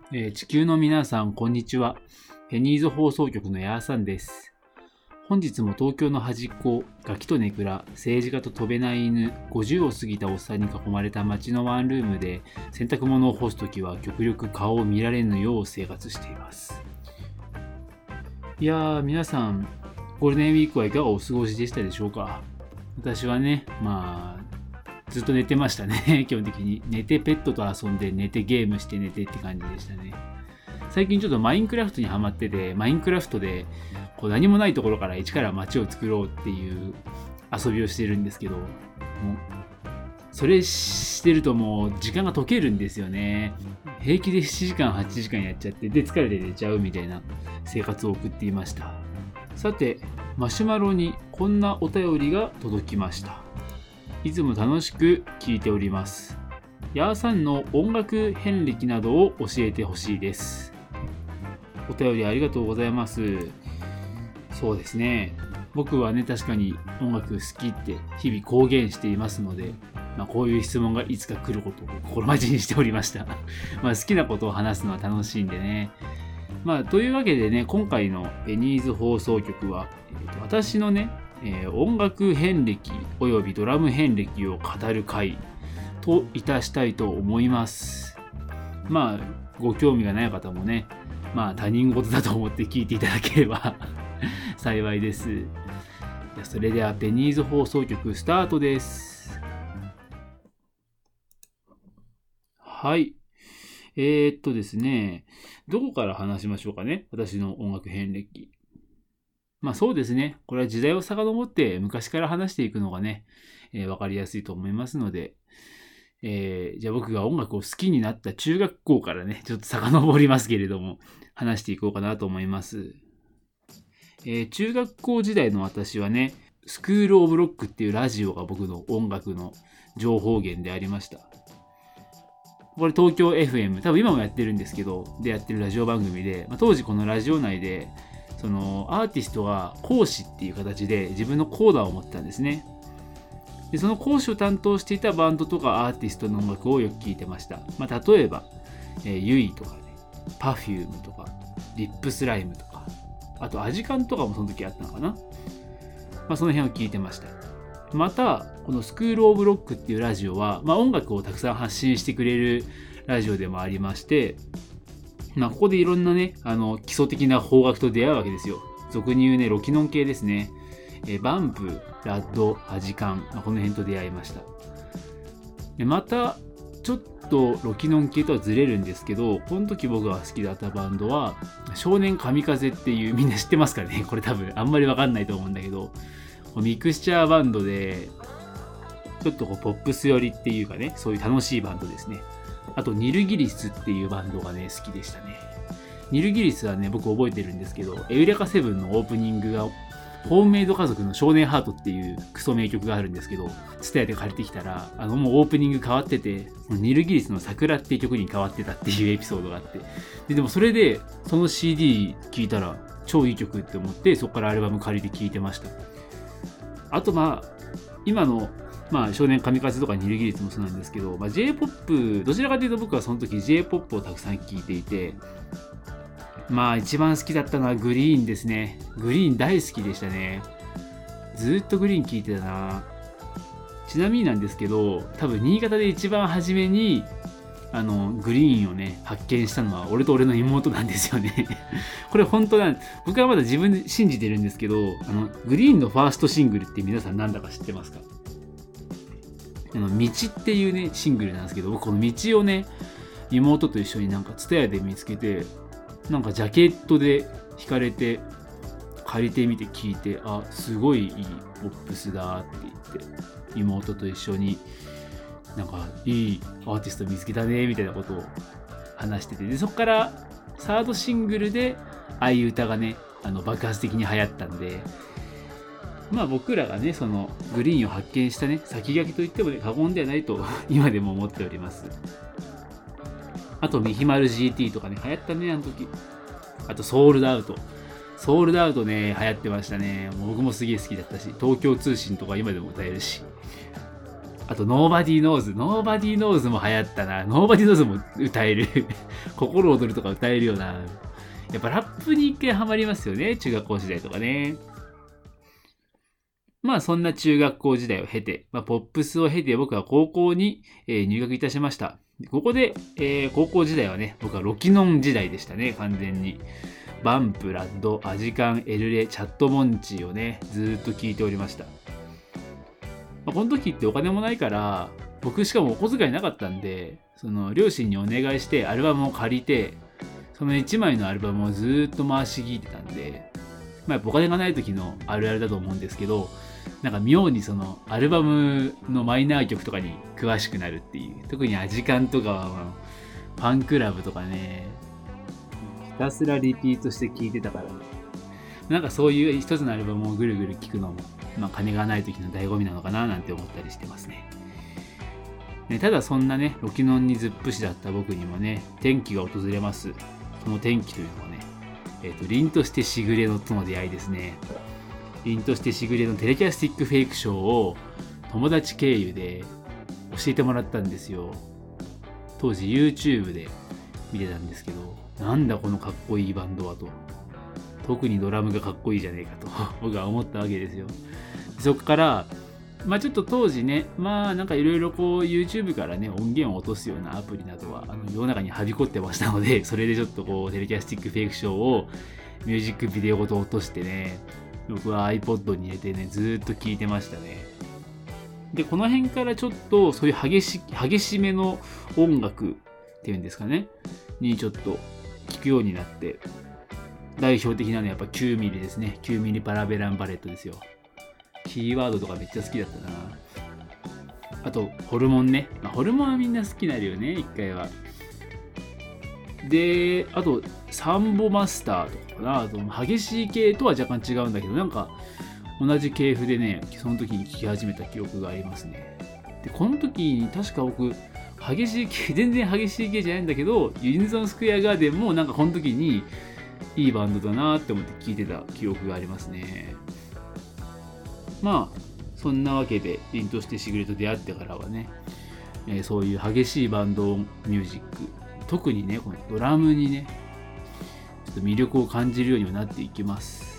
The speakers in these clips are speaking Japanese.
地球の皆さん、こんにちは。ペニーズ放送局のヤーさんです。本日も東京の端っこ、ガキとネクラ、政治家と飛べない犬、50を過ぎたおっさんに囲まれた街のワンルームで、洗濯物を干すときは極力顔を見られぬよう生活しています。いやー、皆さん、ゴールデンウィークはいかがお過ごしでしたでしょうか。私はね、ずっと寝てましたね。基本的に。寝てペットと遊んで、寝てゲームして寝てって感じでしたね。最近ちょっとマインクラフトにハマってて、マインクラフトでこう何もないところから一から街を作ろうっていう遊びをしてるんですけど、もうそれしてるともう時間が解けるんですよね。平気で7時間8時間やっちゃって、で疲れて寝ちゃうみたいな生活を送っていました。さて、マシュマロにこんなお便りが届きました。いつも楽しく聞いております。ヤーさんの音楽遍歴などを教えてほしいです。お便りありがとうございます。そうですね。僕はね、確かに音楽好きって日々公言していますので、こういう質問がいつか来ることを心待ちにしておりました。好きなことを話すのは楽しいんでね。というわけでね、今回のペニーズ放送局は、私のね、音楽遍歴およびドラム遍歴を語る回といたしたいと思います。ご興味がない方もね、他人事だと思って聞いていただければ幸いです。それではペニーズ放送局スタートです。はい。ですね、どこから話しましょうかね、私の音楽遍歴。そうですね。これは時代を遡って昔から話していくのがね、わかりやすいと思いますので、じゃあ僕が音楽を好きになった中学校からね、ちょっと遡りますけれども、話していこうかなと思います。中学校時代の私はね、スクールオブロックっていうラジオが僕の音楽の情報源でありました。これ東京 FM、多分今もやってるんですけど、でやってるラジオ番組で、当時このラジオ内で、そのアーティストが講師っていう形で自分のコーダーを持ってたんですね。でその講師を担当していたバンドとかアーティストの音楽をよく聴いてました。例えば、ユイとかね、パフュームとか、リップスライムとか、あとアジカンとかもその時あったのかな。その辺を聴いてました。また、このスクールオブロックっていうラジオは、音楽をたくさん発信してくれるラジオでもありまして、ここでいろんなね、基礎的な邦楽と出会うわけですよ。俗に言うね、ロキノン系ですね。バンプ、ラッド、アジカン、この辺と出会いました。でまた、ちょっとロキノン系とはずれるんですけど、この時僕が好きだったバンドは、少年神風っていう、みんな知ってますかね。これ多分あんまりわかんないと思うんだけど、ミクスチャーバンドで、ちょっとポップス寄りっていうかね、そういう楽しいバンドですね。あとニルギリスっていうバンドがね好きでしたね。ニルギリスはね僕覚えてるんですけど、エウレカセブンのオープニングがホームメイド家族の少年ハートっていうクソ名曲があるんですけど、ツタヤで借りてきたらもうオープニング変わってて、ニルギリスの桜っていう曲に変わってたっていうエピソードがあって、でもそれでその CD 聴いたら超いい曲って思って、そこからアルバム借りて聴いてました。あと今の少年神風とかニルギリスもそうなんですけど、J-POP、どちらかというと僕はその時 J-POP をたくさん聴いていて、一番好きだったのはグリーンですね。グリーン大好きでしたね。ずっとグリーン聴いてたな。ちなみになんですけど、多分新潟で一番初めにグリーンをね発見したのは俺と俺の妹なんですよね。これ本当なん、僕はまだ自分で信じてるんですけど、グリーンのファーストシングルって皆さんなんだか知ってますか？道っていうねシングルなんですけど、僕この道をね妹と一緒にツタヤで見つけて、ジャケットで惹かれて借りてみて聞いて、すごいいいポップスだって言って妹と一緒にいいアーティスト見つけたねみたいなことを話してて、でそこからサードシングルでああいう歌がね爆発的に流行ったんで、僕らがねそのグリーンを発見したね先駆けと言ってもね過言ではないと今でも思っております。あとミヒマル GT とかね流行ったねあの時。あとソールドアウトね流行ってましたね。僕もすげえ好きだったし、東京通信とか今でも歌えるし、 あと、ノーバディーノーズ。ノーバディーノーズも流行ったな。ノーバディーノーズも歌える。心躍るとか歌えるよな。やっぱラップに一回ハマりますよね。中学校時代とかね。まあそんな中学校時代を経て、ポップスを経て僕は高校に、入学いたしました。ここで、高校時代はね、僕はロキノン時代でしたね、完全に。バンプ、ラッド、アジカン、エルレ、チャットモンチーをね、ずーっと聞いておりました。この時ってお金もないから、僕しかもお小遣いなかったんで、その両親にお願いしてアルバムを借りて、その1枚のアルバムをずーっと回し聞いてたんで、やっぱお金がない時のあるあるだと思うんですけど、なんか妙にそのアルバムのマイナー曲とかに詳しくなるっていう。特にアジカンとかはファンクラブとかね、ひたすらリピートして聴いてたから、なんかそういう一つのアルバムをぐるぐる聴くのも、金がない時の醍醐味なのかななんて思ったりしてますね。ただそんなね、ロキノンにずっぷしだった僕にもね、転機が訪れます。その転機というのはね、凛としてしぐれのとの出会いですね。凛としてしぐれのテレキャスティックフェイクショーを友達経由で教えてもらったんですよ。当時 YouTube で見てたんですけど、なんだこのかっこいいバンドはと。特にドラムがかっこいいじゃねえかと僕は思ったわけですよ。そこからちょっと当時ね、なんかいろいろこう YouTube からね音源を落とすようなアプリなどは世の中にはびこってましたので、それでちょっとこうテレキャスティックフェイクショーをミュージックビデオごと落としてね、僕は iPod に入れてねずーっと聴いてましたね。でこの辺からちょっとそういう激しめの音楽っていうんですかねにちょっと聴くようになって、代表的なのはやっぱ9ミリですね。9ミリパラベランバレットですよ。キーワードとかめっちゃ好きだったな。あとホルモンね、ホルモンはみんな好きになるよね、一回は。であとサンボマスターとかかな。あと激しい系とは若干違うんだけど、なんか同じ系譜でね、その時に聴き始めた記憶がありますね。でこの時に確か僕激しい系、全然激しい系じゃないんだけど、ユニゾンスクエアガーデンもなんかこの時にいいバンドだなって思って聴いてた記憶がありますね。そんなわけで凛としてしぐれと出会ってからはね、そういう激しいバンドミュージック、特にねこのドラムにねちょっと魅力を感じるようにはなっていきます。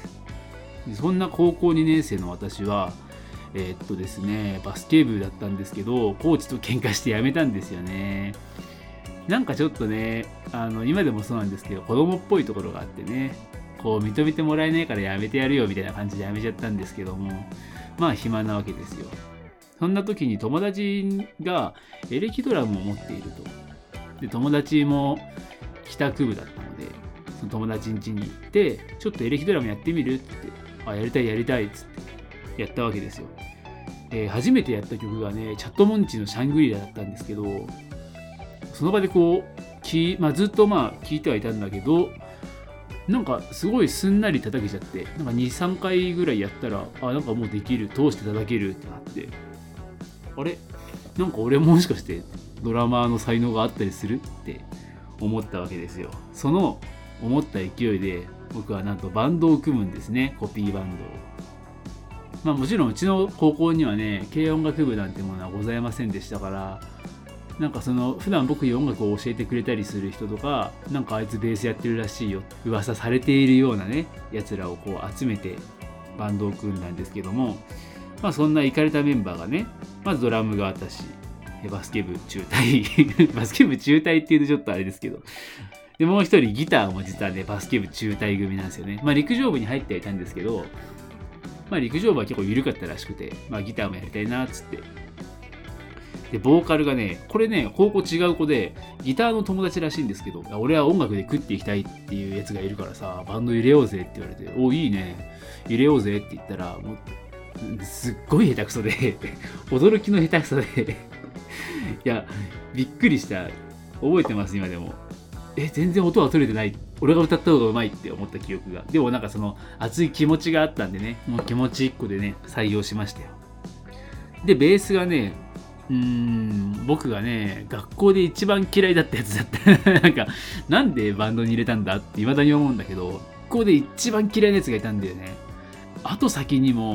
そんな高校2年生の私はですね、バスケ部だったんですけど、コーチと喧嘩して辞めたんですよね。なんかちょっとね、今でもそうなんですけど、子供っぽいところがあってね、こう認めてもらえないからやめてやるよみたいな感じでやめちゃったんですけども、暇なわけですよ。そんな時に友達がエレキドラムを持っていると。で友達も帰宅部だったので、その友達ん家に行ってちょっとエレキドラムやってみるって言って、やりたいっつってやったわけですよ。初めてやった曲がね、チャットモンチのシャングリラだったんですけど、その場でこうずっと聴いてはいたんだけど、なんかすごいすんなり叩けちゃって、なんか 2,3 回ぐらいやったら、なんかもうできる、通して叩けるってなって、あれなんか俺もしかしてドラマーの才能があったりするって思ったわけですよ。その思った勢いで僕はなんとバンドを組むんですね、コピーバンドを。もちろんうちの高校にはね、軽音楽部なんてものはございませんでしたから、なんかその普段僕に音楽を教えてくれたりする人とか、なんかあいつベースやってるらしいよ、噂されているようなねやつらをこう集めてバンドを組んだんですけども、そんなイカれたメンバーがね、まずドラムが私、バスケ部中退バスケ部中退っていうとちょっとあれですけど、でもう一人ギターも実はねバスケ部中退組なんですよね。陸上部に入ってはいたんですけど、陸上部は結構緩かったらしくて、ギターもやりたいなっつって、でボーカルがね、これね高校違う子でギターの友達らしいんですけど、俺は音楽で食っていきたいっていうやつがいるからさ、バンド入れようぜって言われて、いいね入れようぜって言ったら、もうすっごい下手くそで驚きの下手くそでいやびっくりした。覚えてます、今でも。全然音は取れてない、俺が歌った方がうまいって思った記憶が。でもなんかその熱い気持ちがあったんでね、もう気持ち1個でね採用しましたよ。でベースがね、僕がね学校で一番嫌いだったやつだったなんでバンドに入れたんだって未だに思うんだけど、学校で一番嫌いなやつがいたんだよね。後先にも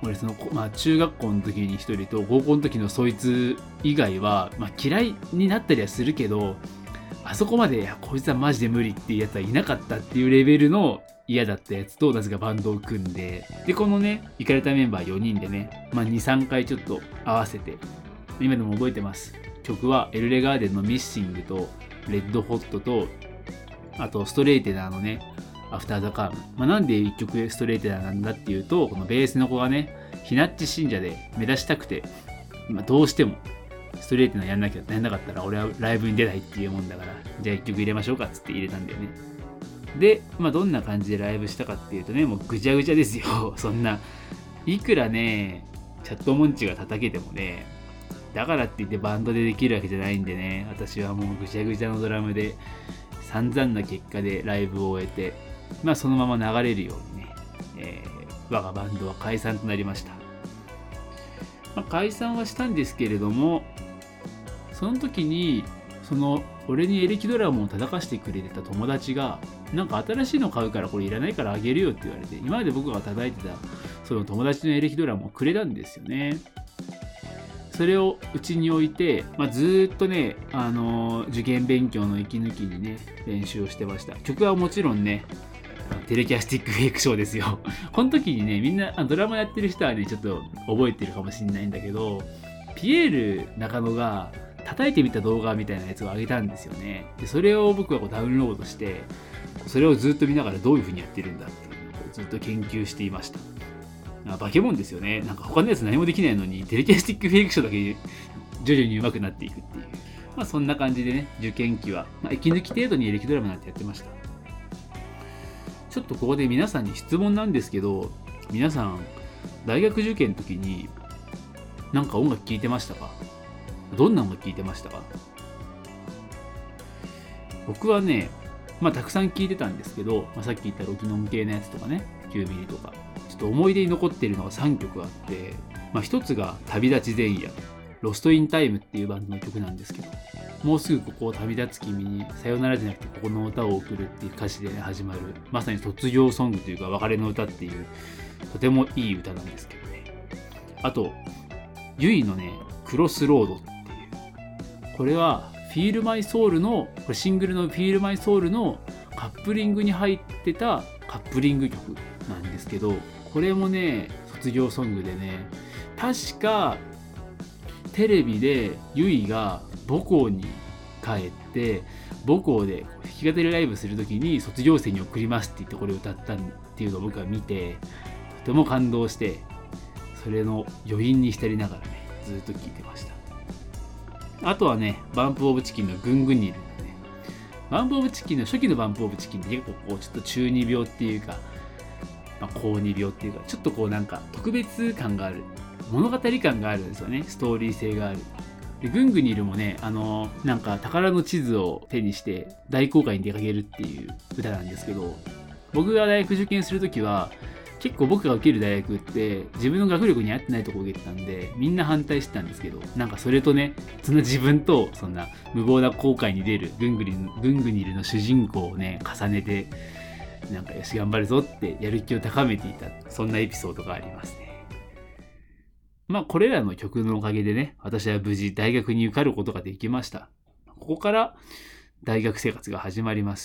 俺中学校の時に一人と高校の時のそいつ以外は、嫌いになったりはするけど、あそこまでこいつはマジで無理っていうやつはいなかったっていうレベルの嫌だったやつとなぜかバンドを組んで、でこのねイカれたメンバー4人でね、2、3回ちょっと合わせて、今でも覚えてます。曲はエルレガーデンのミッシングとレッドホットと、あとストレイテナーのねアフターザカーム。なんで1曲ストレイテナーなんだっていうと、このベースの子がねヒナッチ信者で目立ちたくて、どうしてもストレイテナーやんなかったら俺はライブに出ないっていうもんだから、じゃあ1曲入れましょうかっつって入れたんだよね。で、どんな感じでライブしたかっていうとね、もうぐちゃぐちゃですよ。そんないくらねチャットモンチが叩けてもね、だからって言ってバンドでできるわけじゃないんでね、私はもうぐちゃぐちゃのドラムで散々な結果でライブを終えて、そのまま流れるようにね、我がバンドは解散となりました。解散はしたんですけれども、その時に俺にエレキドラムを叩かしてくれてた友達が、なんか新しいの買うからこれいらないからあげるよって言われて、今まで僕が叩いてたその友達のエレキドラムをくれたんですよね。それをうちに置いて、ずっとね、受験勉強の息抜きにね練習をしてました。曲はもちろんねテレキャスティックフェイクショーですよ。この時にね、みんなドラマやってる人はねちょっと覚えてるかもしれないんだけど、ピエール中野が叩いてみた動画みたいなやつを上げたんですよね。でそれを僕はダウンロードして、それをずっと見ながらどういう風にやってるんだっていうのをずっと研究していました。バケモンですよね。なんか他のやつ何もできないのにテレキャスティックフェイクショーだけ徐々に上手くなっていくっていう、そんな感じでね、受験期は、息抜き程度にエレキドラムなんてやってました。ちょっとここで皆さんに質問なんですけど、皆さん大学受験の時になんか音楽聴いてましたか？どんな音楽聴いてましたか？僕はね、たくさん聴いてたんですけど、さっき言ったロキノン系のやつとかね、9ミリとか、ちょっと思い出に残っているのが3曲あって、一つが旅立ち前夜、ロストインタイムっていうバンドの曲なんですけど、もうすぐここを旅立つ君にさよならじゃなくてここの歌を送るっていう歌詞で、ね、始まる、まさに卒業ソングというか別れの歌っていうとてもいい歌なんですけどね。あとユイのねクロスロードっていう、これはFeel My SoulのこれシングルのFeel My Soulのカップリングに入ってたカップリング曲なんですけど、これもね卒業ソングでね、確かテレビでユイが母校に帰って母校で弾き語りライブするときに卒業生に送りますって言ってこれを歌ったっていうのを僕は見てとても感動して、それの余韻に浸りながらねずっと聴いてました。あとはねバンプオブチキンのグングニルのね、バンプオブチキンの初期のバンプオブチキンって結構こうちょっと中二病っていうか、高二病っていうか、ちょっとこうなんか特別感がある、物語感があるんですよね。ストーリー性がある。でグングニルもね、なんか宝の地図を手にして大航海に出かけるっていう歌なんですけど、僕が大学受験するときは結構僕が受ける大学って自分の学力に合ってないところを受けてたんで、みんな反対してたんですけど、なんかそれとね、その自分とそんな無謀な航海に出るグングニルの主人公をね重ねて、なんかよし頑張るぞってやる気を高めていた、そんなエピソードがありますね。これらの曲のおかげでね、私は無事大学に受かることができました。ここから大学生活が始まります。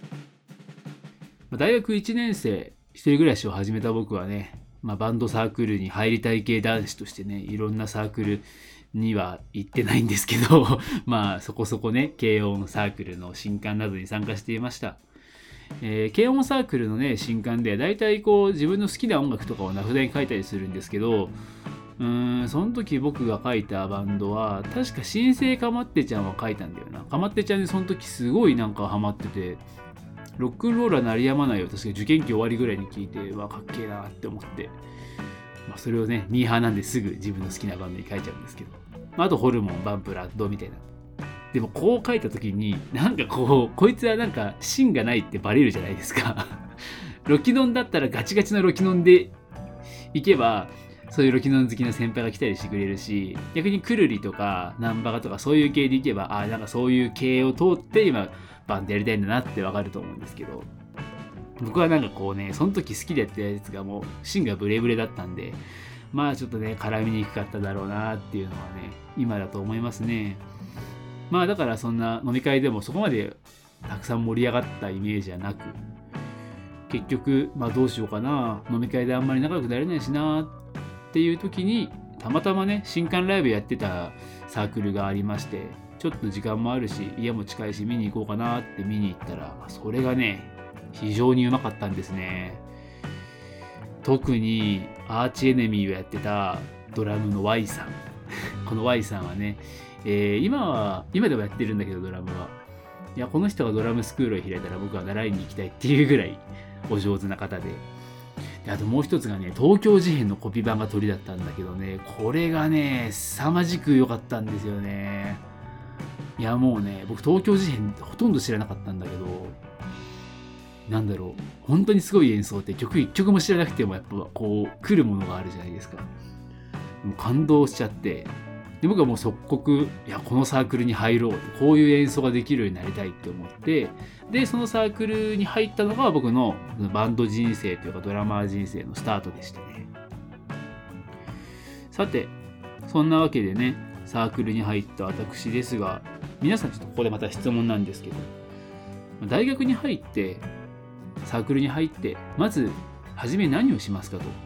大学1年生一人暮らしを始めた僕はね、バンドサークルに入りたい系男子としてね、いろんなサークルには行ってないんですけどそこそこね軽音サークルの新刊などに参加していました。軽音サークルのね新刊でだいたいこう自分の好きな音楽とかを名札に書いたりするんですけど、その時僕が書いたバンドは確か新生かまってちゃんは書いたんだよな。かまってちゃんでその時すごいなんかハマってて、ロックンローラー鳴りやまないを確か受験期終わりぐらいに聞いて、かっけえなって思って、それをねミーハーなんですぐ自分の好きなバンドに書いちゃうんですけど、あとホルモン、バンプ、ラッドみたいな。でもこう書いた時になんかこいつはなんか芯がないってバレるじゃないですかロキノンだったらガチガチのロキノンでいけばそういうロキノン好きな先輩が来たりしてくれるし、逆にクルリとかナンバガとかそういう系でいけばなんかそういう系を通って今バンドやりたいんだなってわかると思うんですけど、 僕はなんかこうね、その時好きでやってたやつがもう芯がブレブレだったんで、まあちょっとね、絡みにくかっただろうなっていうのはね、今だと思いますね。まあだからそんな飲み会でもそこまでたくさん盛り上がったイメージはなく、結局、まあどうしようかな、飲み会であんまり仲良くなれないしなっていう時に、たまたまね、新刊ライブやってたサークルがありまして、ちょっと時間もあるし、家も近いし見に行こうかなって見に行ったら、それがね、非常にうまかったんですね。特にアーチエネミーをやってたドラムの Y さん。この Y さんはね、今でもやってるんだけど、ドラムは。いや、この人がドラムスクールを開いたら僕は習いに行きたいっていうぐらいお上手な方で。で、あともう一つがね、東京事変のコピー版が鳥だったんだけどね、これがね、凄まじく良かったんですよね。いや、もうね、僕東京事変ほとんど知らなかったんだけど、なんだろう、本当にすごい演奏って曲一曲も知らなくてもやっぱこう来るものがあるじゃないですか。もう感動しちゃって、で僕はもう即刻、いやこのサークルに入ろう、こういう演奏ができるようになりたいって思って、でそのサークルに入ったのが僕のバンド人生というかドラマー人生のスタートでしたね。さて、そんなわけでね、サークルに入った私ですが、皆さんちょっとここでまた質問なんですけど、大学に入ってサークルに入ってまず初め何をしますかと。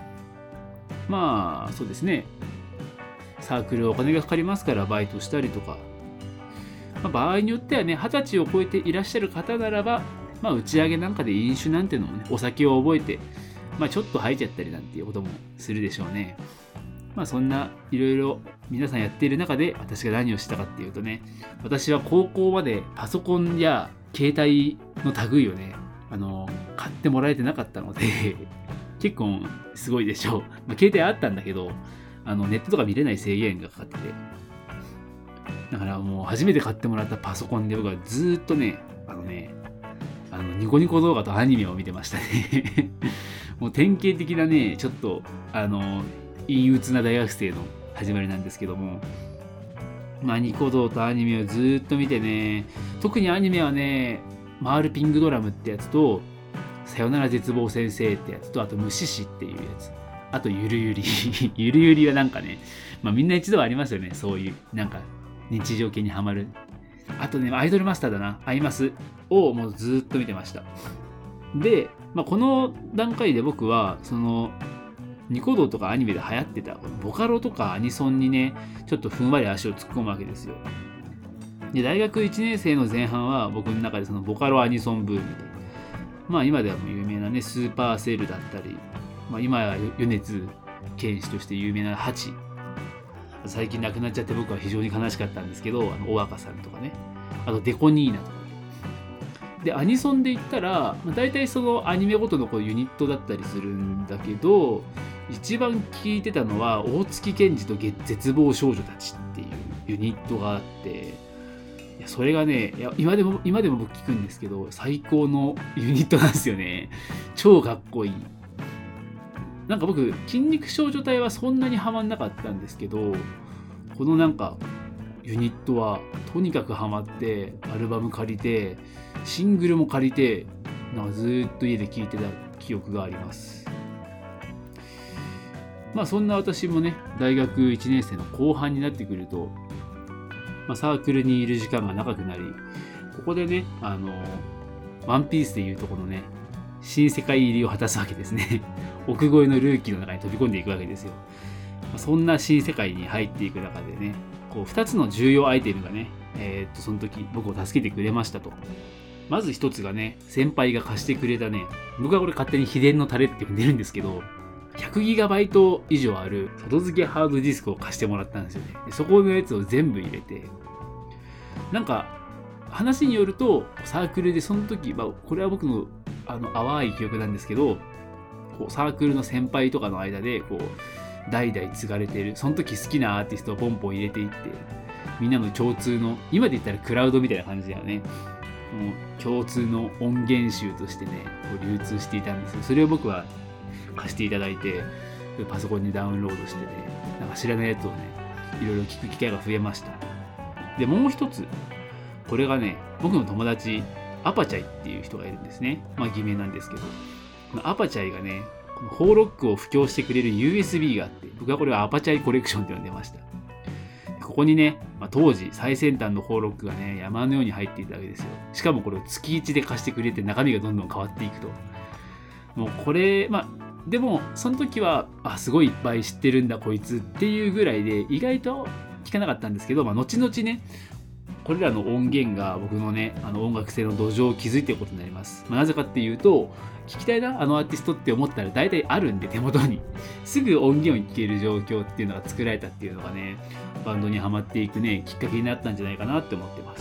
まあそうですね、サークルはお金がかかりますからバイトしたりとか、場合によってはね、20歳を超えていらっしゃる方ならば、打ち上げなんかで飲酒なんてのもね、お酒を覚えて、ちょっと吐いちゃったりなんていうこともするでしょうね。そんないろいろ皆さんやっている中で私が何をしたかっていうとね、私は高校までパソコンや携帯の類をね、買ってもらえてなかったので結構すごいでしょう。携帯あったんだけど、ネットとか見れない制限がかかってて、だからもう初めて買ってもらったパソコンで僕はずっとね、ニコニコ動画とアニメを見てましたねもう典型的なね、ちょっと陰鬱な大学生の始まりなんですけども、ニコ動とアニメをずっと見てね、特にアニメはね、マールピングドラムってやつと、さよなら絶望先生ってやつと、あと虫師っていうやつ、あとゆるゆりゆるゆりはなんかね、みんな一度はありますよね、そういうなんか日常系にはまる。あとね、アイドルマスターだな、アイマスをもうずっと見てました。で、この段階で僕はそのニコ動とかアニメで流行ってたボカロとかアニソンにね、ちょっとふんわり足を突っ込むわけですよ。で、大学1年生の前半は僕の中でそのボカロアニソンブームで、今ではもう有名なね、スーパーセルだったり、今や米津玄師として有名なハチ、最近亡くなっちゃって僕は非常に悲しかったんですけど、お若さんとかね、あとデコニーナとかで、アニソンで言ったら、大体そのアニメごとのこうユニットだったりするんだけど、一番聴いてたのは大月健二と絶望少女たちっていうユニットがあって、いやそれがね、今でも僕聴くんですけど、最高のユニットなんですよね。超かっこいい。なんか僕、筋肉少女隊はそんなにハマんなかったんですけど、このなんかユニットはとにかくハマって、アルバム借りて、シングルも借りて、なんかずっと家で聴いてた記憶があります。そんな私もね、大学1年生の後半になってくると、サークルにいる時間が長くなり、ここでね、ワンピースでいうとこのね、新世界入りを果たすわけですね。奥越えのルーキーの中に飛び込んでいくわけですよ。そんな新世界に入っていく中でね、こう2つの重要アイテムがね、その時僕を助けてくれましたと。まず一つがね、先輩が貸してくれたね、僕はこれ勝手に秘伝のタレって呼んでるんですけど、100GB 以上ある外付けハードディスクを貸してもらったんですよね。でそこのやつを全部入れて、なんか話によるとサークルでその時、これは僕の淡い記憶なんですけど、こうサークルの先輩とかの間でこう代々継がれている、その時好きなアーティストをポンポン入れていって、みんなの共通の、今で言ったらクラウドみたいな感じだよね。もう共通の音源集としてね、こう流通していたんですよ。それを僕は貸していただいて、パソコンにダウンロードしてね、なんか知らないやつをね、いろいろ聞く機会が増えました。で、もう一つ、これがね、僕の友達アパチャイっていう人がいるんですね。偽名なんですけど、このアパチャイがね、このホーロックを布教してくれる USB があって、僕はこれはアパチャイコレクションって呼んでました。ここにね、当時最先端のホーロックがね、山のように入っていたわけですよ。しかもこれを月1で貸してくれて、中身がどんどん変わっていくと。もうこれ、でもその時はすごいいっぱい知ってるんだこいつっていうぐらいで意外と聞かなかったんですけど、後々ね、これらの音源が僕のね、音楽性の土壌を築いていることになります。なぜかっていうと、聞きたいな、あのアーティストって思ったら大体あるんで、手元に。すぐ音源を聴ける状況っていうのが作られたっていうのがね、バンドにはまっていくね、きっかけになったんじゃないかなって思ってます。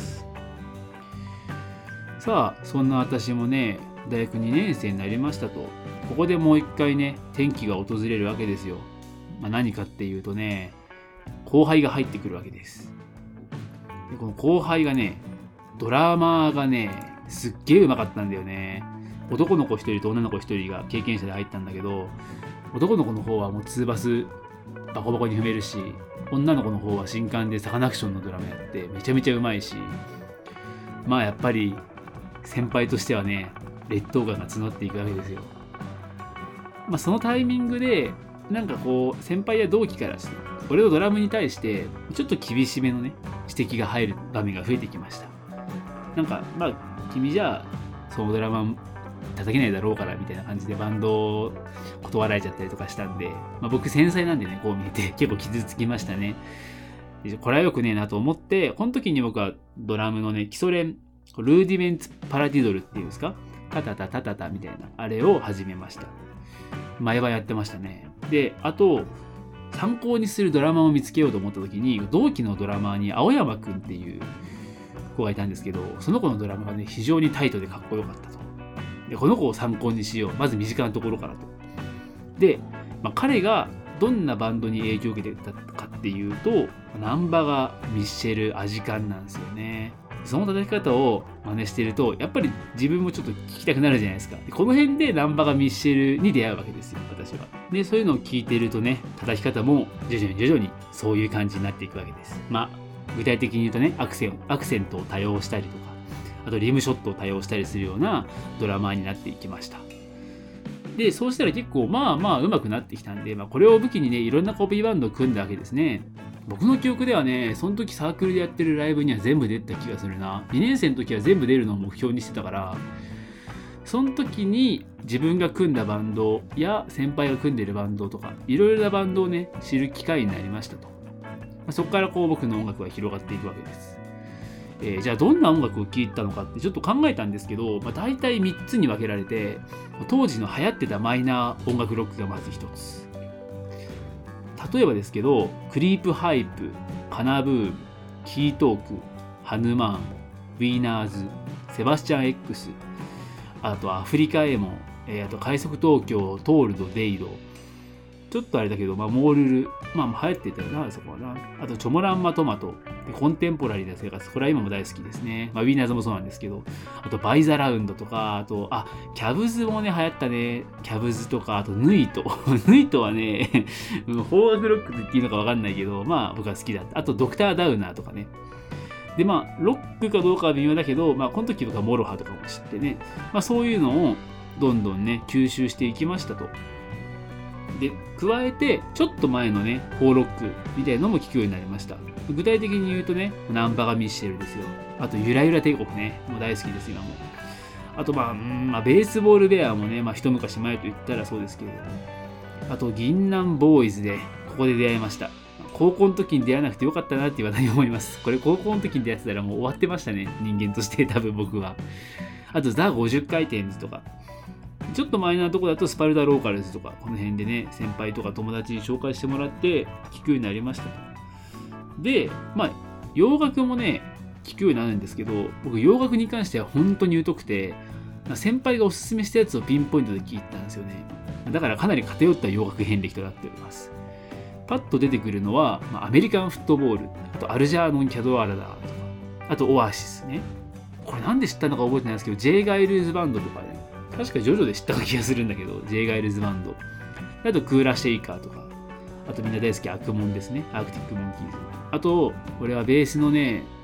さあ、そんな私もね、大学2年生になりましたと、ここでもう一回ね、転機が訪れるわけですよ。何かっていうとね、後輩が入ってくるわけです。でこの後輩がね、ドラマーがね、すっげえうまかったんだよね。男の子一人と女の子一人が経験者で入ったんだけど、男の子の方はもうツーバスバコバコに踏めるし、女の子の方は新刊でサカナクションのドラマやってめちゃめちゃうまいし、やっぱり先輩としてはね、劣等感が募っていくわけですよ。そのタイミングでなんかこう先輩や同期からして俺のドラムに対してちょっと厳しめのね指摘が入る場面が増えてきました。なんか君じゃそのドラマ叩けないだろうからみたいな感じでバンドを断られちゃったりとかしたんで、僕繊細なんでね、こう見えて結構傷つきましたね。これはよくねえなと思って、この時に僕はドラムのね基礎練ルーディメンツパラディドルっていうんですか、タタタタタタみたいなあれを始めました。前はやってましたね。で、あと参考にするドラマを見つけようと思った時に、同期のドラマーに青山くんっていう子がいたんですけど、その子のドラマがね非常にタイトでかっこよかったと。でこの子を参考にしよう、まず身近なところからと。で、彼がどんなバンドに影響を受けてたかっていうと、ナンバがミッシェル・アジカンなんですよね。その叩き方を真似してるとやっぱり自分もちょっと聞きたくなるじゃないですか。でこの辺でナンバがミッシェルに出会うわけですよ、私は。でそういうのを聞いてるとね、叩き方も徐々にそういう感じになっていくわけです。具体的に言うとね、アクセントを多用したりとか、あとリムショットを多用したりするようなドラマーになっていきました。でそうしたら結構上手くなってきたんで、これを武器にねいろんなコピーバンドを組んだわけですね。僕の記憶ではね、その時サークルでやってるライブには全部出た気がするな。2年生の時は全部出るのを目標にしてたから、その時に自分が組んだバンドや先輩が組んでるバンドとかいろいろなバンドをね知る機会になりましたと。そこからこう僕の音楽は広がっていくわけです。じゃあどんな音楽を聴いたのかってちょっと考えたんですけど、大体3つに分けられて、当時の流行ってたマイナー音楽ロックがまず1つ。例えばですけど、クリープハイプ、カナブーム、キートーク、ハヌマーン、ウィーナーズ、セバスチャン X、あとアフリカエモン、あと快速東京、トールド、デイド、ちょっとあれだけど、モールル、流行ってたよな、そこはな。あとチョモランマトマト、でコンテンポラリーな生活、これは今も大好きですね。ウィーナーズもそうなんですけど、あとバイザラウンドとか、あとキャブズもね流行ったね。キャブズとか、あとヌイトヌイトはね邦楽ロックって言っていいのか分かんないけど、僕は好きだった。あとドクターダウナーとかね。でロックかどうかは微妙だけど、この時とかモロハとかも知ってね、そういうのをどんどんね吸収していきましたと。で加えてちょっと前のねフォーロックみたいなのも聴くようになりました。具体的に言うとね、ナンバがミッシェルですよ。あとゆらゆら帝国ね、もう大好きです今も。あとベースボールベアもね、一昔前と言ったらそうですけれども、あと銀杏ボーイズでここで出会いました。高校の時に出会わなくてよかったなっていう話に思います。これ高校の時に出会ってたらもう終わってましたね、人間として多分僕は。あとザ50回転とか、ちょっとマイナーなとこだとスパルタローカルズとか、この辺でね先輩とか友達に紹介してもらって聴くようになりましたと。で洋楽もね聴くようになるんですけど、僕洋楽に関しては本当に疎くて、先輩がおすすめしたやつをピンポイントで聴いたんですよね。だからかなり偏った洋楽遍歴となっております。パッと出てくるのは、アメリカンフットボール、あとアルジャーノン・キャドワラダーとか、あとオアシスね。これなんで知ったのか覚えてないですけど、J. ガイルズバンドとかね、確かジョジョで知った気がするんだけど、J. ガイルズバンド。あとクーラ・シェイカーとか、あとみんな大好きアクモンですね、アークティック・モンキーズ。あと、これはベースのね、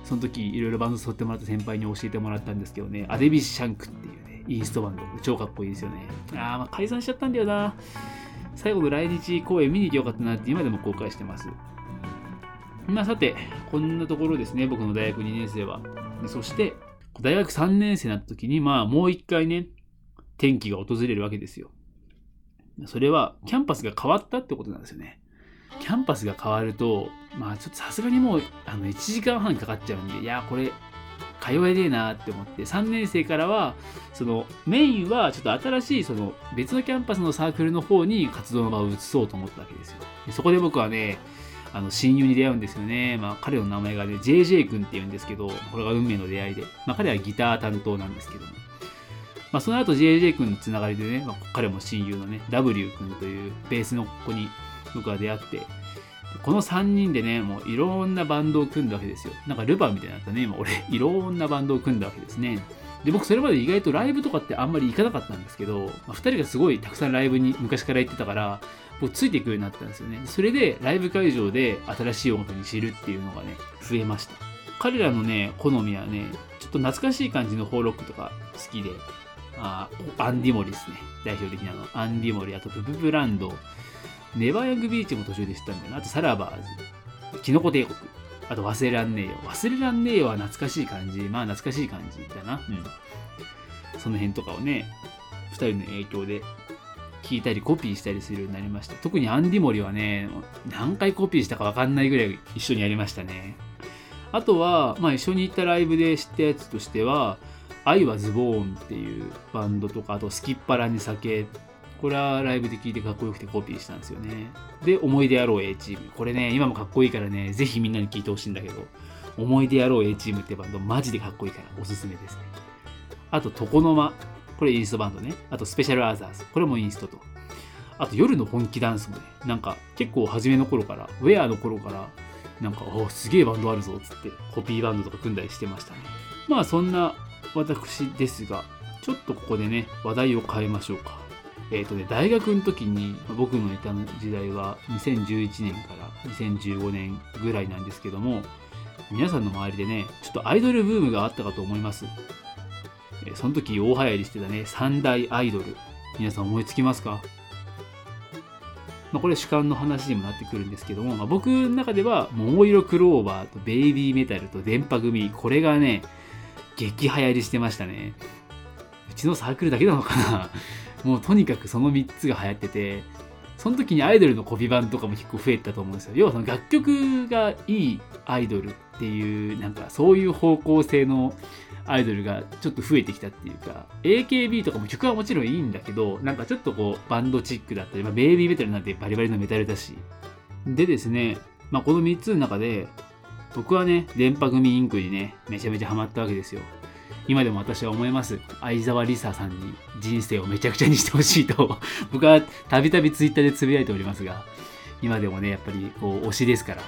その時いろいろバンド誘ってもらった先輩に教えてもらったんですけどね、アデビッシャンクっていうね、インストバンド、超かっこいいですよね。まあ解散しちゃったんだよな。最後の来日公演見に行きよかったなって今でも後悔してます。まあさて、こんなところですね、僕の大学2年生は。そして、大学3年生になった時に、まあもう一回ね、転機が訪れるわけですよ。それは、キャンパスが変わったってことなんですよね。キャンパスが変わると、まあちょっとさすがにもう1時間半かかっちゃうんで、いや、これ、通えねえなって思って、3年生からは、そのメインはちょっと新しいその別のキャンパスのサークルの方に活動の場を移そうと思ったわけですよ。でそこで僕はね、親友に出会うんですよね。まあ彼の名前がね、JJ 君って言うんですけど、これが運命の出会いで、まあ彼はギター担当なんですけども。まあその後 JJ 君のつながりでね、まあ、彼も親友のね、W 君というベースの子に僕は出会って、この3人でね、もういろんなバンドを組んだわけですよ。なんかルパンみたいになったね、今俺、いろんなバンドを組んだわけですね。で、僕それまで意外とライブとかってあんまり行かなかったんですけど、2人がすごいたくさんライブに昔から行ってたから、僕ついていくようになったんですよね。それでライブ会場で新しい音楽に知るっていうのがね、増えました。彼らのね、好みはね、ちょっと懐かしい感じのフォーロックとか好きで、アンディモリですね。代表的なの。アンディモリ、あとプププランド、ネバーヤングビーチも途中で知ったんだよな。あとサラバーズ、キノコ帝国、あと忘れらんねえよ。忘れらんねえよは懐かしい感じ。まあ懐かしい感じだな。その辺とかをね、2人の影響で聞いたりコピーしたりするようになりました。特にアンディモリはね、何回コピーしたか分かんないぐらい一緒にやりましたね。あとは、まあ一緒に行ったライブで知ったやつとしては、I was born っていうバンドとか、あとスキッパラに酒。これはライブで聴いてかっこよくてコピーしたんですよね。で、思い出やろう A チーム。これね、今もかっこいいからね、ぜひみんなに聴いてほしいんだけど、思い出やろう A チームってバンドマジでかっこいいからおすすめですね。あと、床の間。これインストバンドね。あと、スペシャルアザーズ。これもインストと。あと、夜の本気ダンスもね、なんか結構初めの頃から、ウェアの頃から、なんか、すげえバンドあるぞっつって、コピーバンドとか組んだりしてましたね。まあ、そんな私ですが、ちょっとここでね、話題を変えましょうか。大学の時に、僕のいた時代は2011年から2015年ぐらいなんですけども、皆さんの周りでね、ちょっとアイドルブームがあったかと思います。その時大流行りしてたね、三大アイドル。皆さん思いつきますか？これ主観の話にもなってくるんですけども、僕の中では桃色クローバーとベイビーメタルと電波組、これがね、激流行りしてましたね。うちのサークルだけなのかなもうとにかくその3つが流行ってて、その時にアイドルのコピー版とかも結構増えたと思うんですよ。要はその楽曲がいいアイドルっていう、なんかそういう方向性のアイドルがちょっと増えてきたっていうか、AKB とかも曲はもちろんいいんだけど、なんかちょっとこうバンドチックだったり、ベイビーメタルなんてバリバリのメタルだし。でですね、この3つの中で、僕はね、電波組インクにね、めちゃめちゃハマったわけですよ。今でも私は思います。相沢りささんに人生をめちゃくちゃにしてほしいと僕はたびたびツイッターでつぶやいておりますが、今でもね、やっぱりこう推しですから。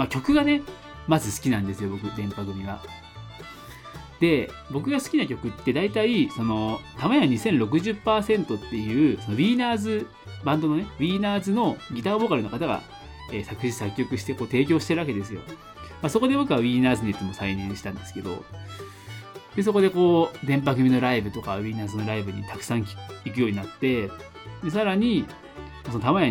曲がね、まず好きなんですよ、僕、電波組は。で、僕が好きな曲って大体、その、玉屋 2060% っていう、そのウィーナーズ、バンドのね、ウィーナーズのギターボーカルの方が、作詞作曲してこう提供してるわけですよ。そこで僕はウィーナーズネットも再燃したんですけど、でそこでこう電波組のライブとかウィーナーズのライブにたくさん行くようになって、でさらにその玉屋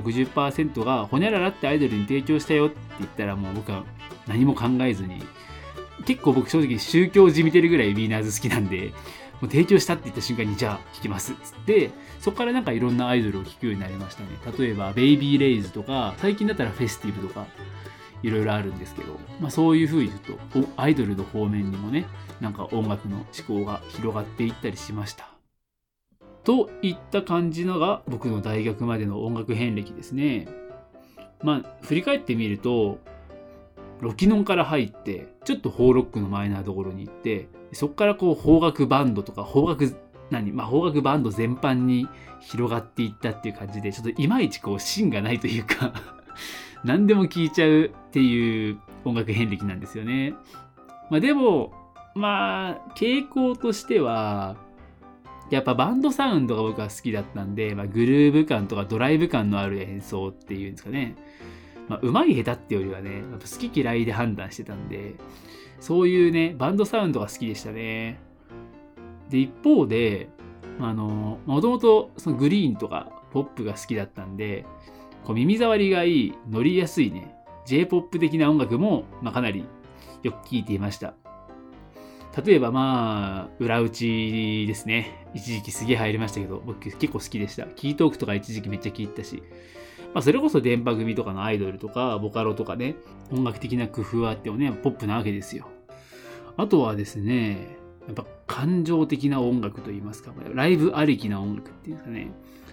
2060% がホニャララってアイドルに提供したよって言ったら、もう僕は何も考えずに、結構僕正直宗教じみてるぐらいウィーナーズ好きなんで、もう提供したって言った瞬間にじゃあ聴きますっつって、そこからなんかいろんなアイドルを聴くようになりましたね。例えばベイビーレイズとか、最近だったらフェスティブとかいろいろあるんですけど、そういう風にちょっとアイドルの方面にもね、なんか音楽の思考が広がっていったりしました。といった感じのが僕の大学までの音楽遍歴ですね。振り返ってみると、ロキノンから入って、ちょっとフォーロックのマイナーところに行って、そこからこう邦楽バンドとか邦楽バンド全般に広がっていったっていう感じで、ちょっといまいちこう芯がないというか何でも聴いちゃうっていう音楽遍歴なんですよね。でも傾向としてはやっぱバンドサウンドが僕は好きだったんで、グルーヴ感とかドライブ感のある演奏っていうんですかね。 上手い下手ってよりはね、やっぱ好き嫌いで判断してたんで、そういうね、バンドサウンドが好きでしたね。で、一方で、もともとそのグリーンとかポップが好きだったんで、こう耳障りがいい、乗りやすいね、J-POP 的な音楽も、かなりよく聴いていました。例えば裏打ちですね。一時期すげえ入りましたけど、僕結構好きでした。キートークとか一時期めっちゃ聴いてたし、それこそ電波組とかのアイドルとかボカロとかね、音楽的な工夫はあってもね、ポップなわけですよ。あとはですね、やっぱ感情的な音楽といいますか、ライブありきな音楽っていうんですかね。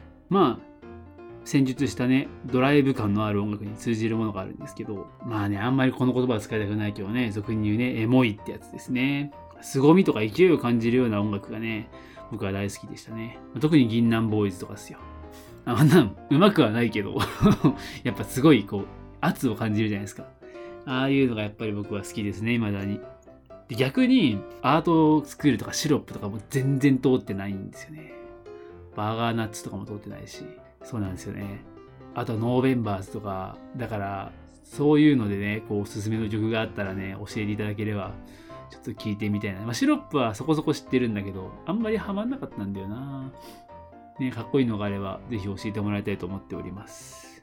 先述したね、ドライブ感のある音楽に通じるものがあるんですけど、あんまりこの言葉は使いたくないけどね、俗に言うね、エモいってやつですね。凄みとか勢いを感じるような音楽がね、僕は大好きでしたね。特に銀杏ボーイズとかですよ。うまくはないけど、やっぱすごい圧を感じるじゃないですか。ああいうのがやっぱり僕は好きですね、未だに。で、逆に、アートスクールとかシロップとかも全然通ってないんですよね。バーガーナッツとかも通ってないし、そうなんですよね。あと、ノーベンバーズとか、だから、そういうのでね、おすすめの曲があったらね、教えていただければ、ちょっと聞いてみたいな。シロップはそこそこ知ってるんだけど、あんまりハマんなかったんだよな。ね、かっこいいのがあれば、ぜひ教えてもらいたいと思っております。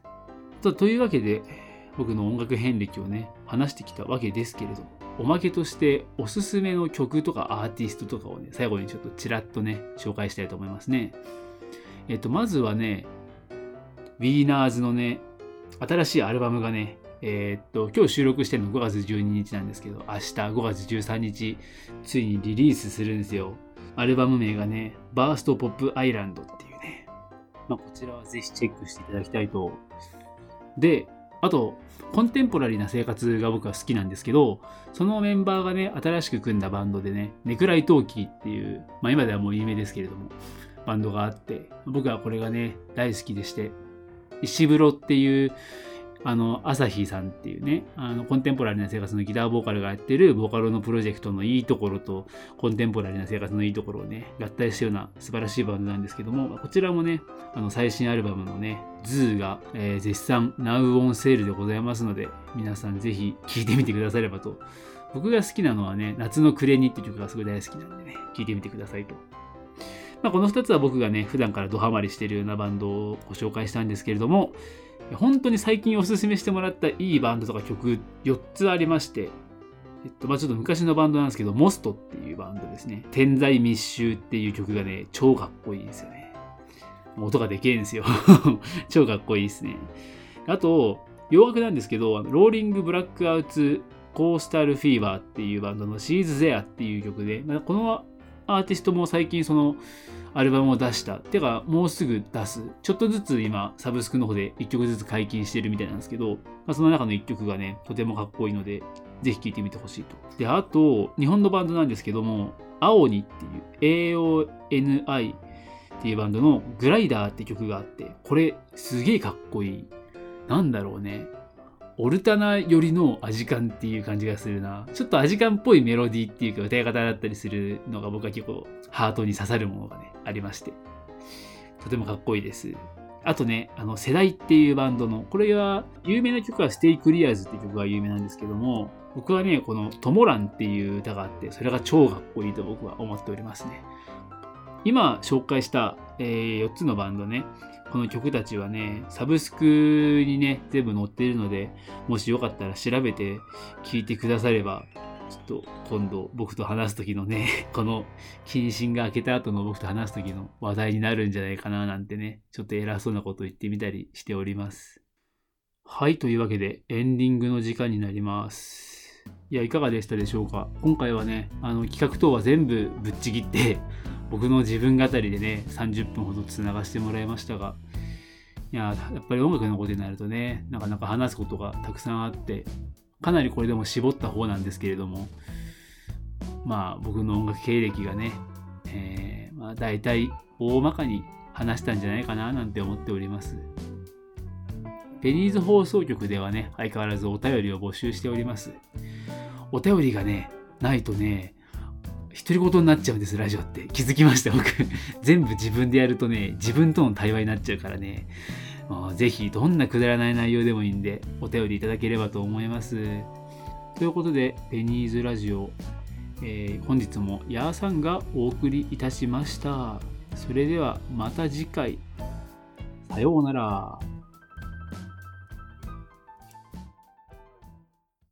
というわけで、僕の音楽遍歴をね、話してきたわけですけれども、おまけとしておすすめの曲とかアーティストとかをね、最後にちょっとちらっとね、紹介したいと思いますね。まずはね、ウィーナーズのね、新しいアルバムがね、今日収録してるの5月12日なんですけど、明日5月13日、ついにリリースするんですよ。アルバム名がね、バーストポップアイランドっていうね。こちらはぜひチェックしていただきたいと。で、あと、コンテンポラリーな生活が僕は好きなんですけど、そのメンバーがね、新しく組んだバンドでね、ネクライトーキーっていう、今ではもう有名ですけれども、バンドがあって、僕はこれがね、大好きでして、石風呂っていう、朝日さんっていうね、コンテンポラリーな生活のギターボーカルがやってるボカロのプロジェクトのいいところと、コンテンポラリーな生活のいいところをね、合体したような素晴らしいバンドなんですけども、こちらもね、最新アルバムのね、ZOOが、絶賛 Now on Sale でございますので、皆さんぜひ聴いてみてくださればと。僕が好きなのはね、夏の暮れにって曲がすごい大好きなんでね、聴いてみてくださいと。この2つは僕がね、普段からドハマりしているようなバンドをご紹介したんですけれども、本当に最近おすすめしてもらったいいバンドとか曲4つありまして、ちょっと昔のバンドなんですけど、モストっていうバンドですね。天在密集っていう曲がね、超かっこいいですよね。音がでけえんですよ。超かっこいいですね。あと、洋楽なんですけど、ローリングブラックアウツコースタルフィーバーっていうバンドのシーズゼアっていう曲で、このアーティストも最近そのアルバムを出した。てか、もうすぐ出す。ちょっとずつ今、サブスクの方で1曲ずつ解禁してるみたいなんですけど、その中の1曲がね、とてもかっこいいので、ぜひ聴いてみてほしいと。で、あと、日本のバンドなんですけども、青にっていう、AONI っていうバンドのグライダーって曲があって、これ、すげえかっこいい。なんだろうね。オルタナ寄りのアジカンっていう感じがするな。ちょっとアジカンっぽいメロディーっていうか歌い方だったりするのが僕は結構ハートに刺さるものがね、ありまして。とてもかっこいいです。あとね、世代っていうバンドの、これは有名な曲はステイクリアーズっていう曲が有名なんですけども、僕はね、このトモランっていう歌があって、それが超かっこいいと僕は思っておりますね。今紹介した、4つのバンドね、この曲たちはね、サブスクにね、全部載っているので、もしよかったら調べて聴いてくだされば、ちょっと今度僕と話す時のね、この謹慎が明けた後の僕と話す時の話題になるんじゃないかななんてね、ちょっと偉そうなこと言ってみたりしております。はい、というわけでエンディングの時間になります。いや、いかがでしたでしょうか。今回はね、企画等は全部ぶっちぎって、僕の自分語りでね、30分ほどつながしてもらいましたが、いや、やっぱり音楽のことになるとね、なかなか話すことがたくさんあって、かなりこれでも絞った方なんですけれども、僕の音楽経歴がね、大体大まかに話したんじゃないかななんて思っております。ベニーズ放送局ではね、相変わらずお便りを募集しております。お便りがね、ないとね、独り言になっちゃうんです、ラジオって。気づきました、僕。全部自分でやるとね、自分との対話になっちゃうからね、 ぜひどんなくだらない内容でもいいんでお便りいただければと思います。ということでペニーズラジオ、本日もヤーさんがお送りいたしました。それではまた次回。さようなら。